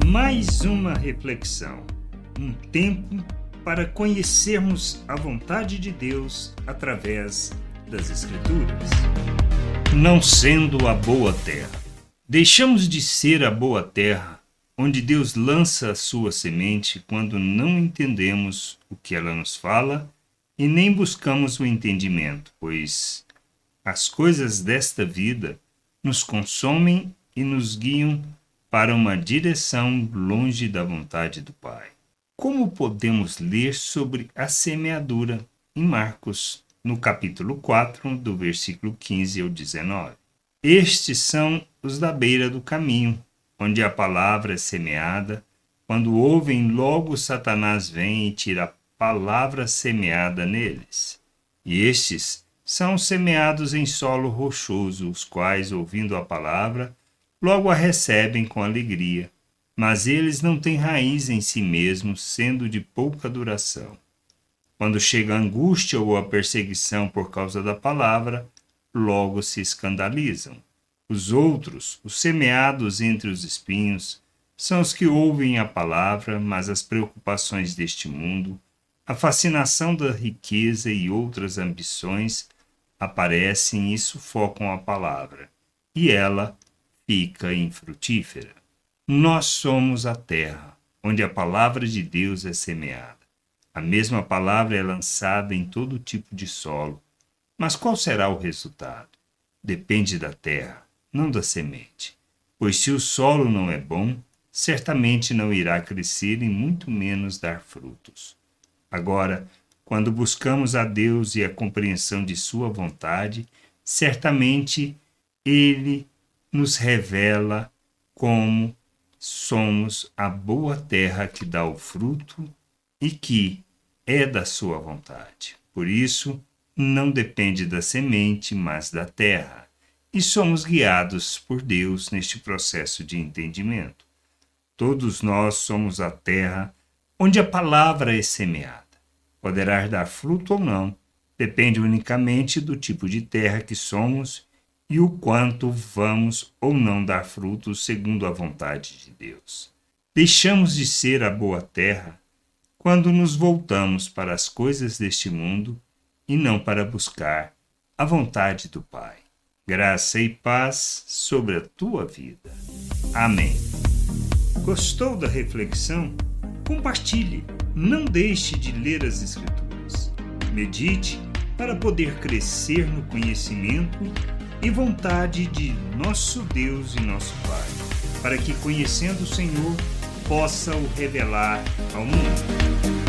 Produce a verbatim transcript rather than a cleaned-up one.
Mais uma reflexão, um tempo para conhecermos a vontade de Deus através das Escrituras. Não sendo a boa terra. Deixamos de ser a boa terra, onde Deus lança a sua semente quando não entendemos o que ela nos fala e nem buscamos o entendimento, pois as coisas desta vida nos consomem e nos guiam para uma direção longe da vontade do Pai. Como podemos ler sobre a semeadura em Marcos, no capítulo quatro, do versículo quinze ao dezenove? Estes são os da beira do caminho, onde a palavra é semeada. Quando ouvem, logo Satanás vem e tira a palavra semeada neles. E estes são semeados em solo rochoso, os quais, ouvindo a palavra, logo a recebem com alegria, mas eles não têm raiz em si mesmos, sendo de pouca duração. Quando chega a angústia ou a perseguição por causa da palavra, logo se escandalizam. Os outros, os semeados entre os espinhos, são os que ouvem a palavra, mas as preocupações deste mundo, a fascinação da riqueza e outras ambições aparecem e sufocam a palavra, e ela fica infrutífera. Nós somos a terra, onde a palavra de Deus é semeada. A mesma palavra é lançada em todo tipo de solo. Mas qual será o resultado? Depende da terra, não da semente. Pois se o solo não é bom, certamente não irá crescer e muito menos dar frutos. Agora, quando buscamos a Deus e a compreensão de sua vontade, certamente Ele nos revela como somos a boa terra que dá o fruto e que é da sua vontade. Por isso, não depende da semente, mas da terra. E somos guiados por Deus neste processo de entendimento. Todos nós somos a terra onde a palavra é semeada. Poderá dar fruto ou não, depende unicamente do tipo de terra que somos e o quanto vamos ou não dar frutos segundo a vontade de Deus. Deixamos de ser a boa terra quando nos voltamos para as coisas deste mundo e não para buscar a vontade do Pai. Graça e paz sobre a tua vida. Amém. Gostou da reflexão? Compartilhe. Não deixe de ler as Escrituras. Medite para poder crescer no conhecimento e vontade de nosso Deus e nosso Pai, para que, conhecendo o Senhor, possa o revelar ao mundo.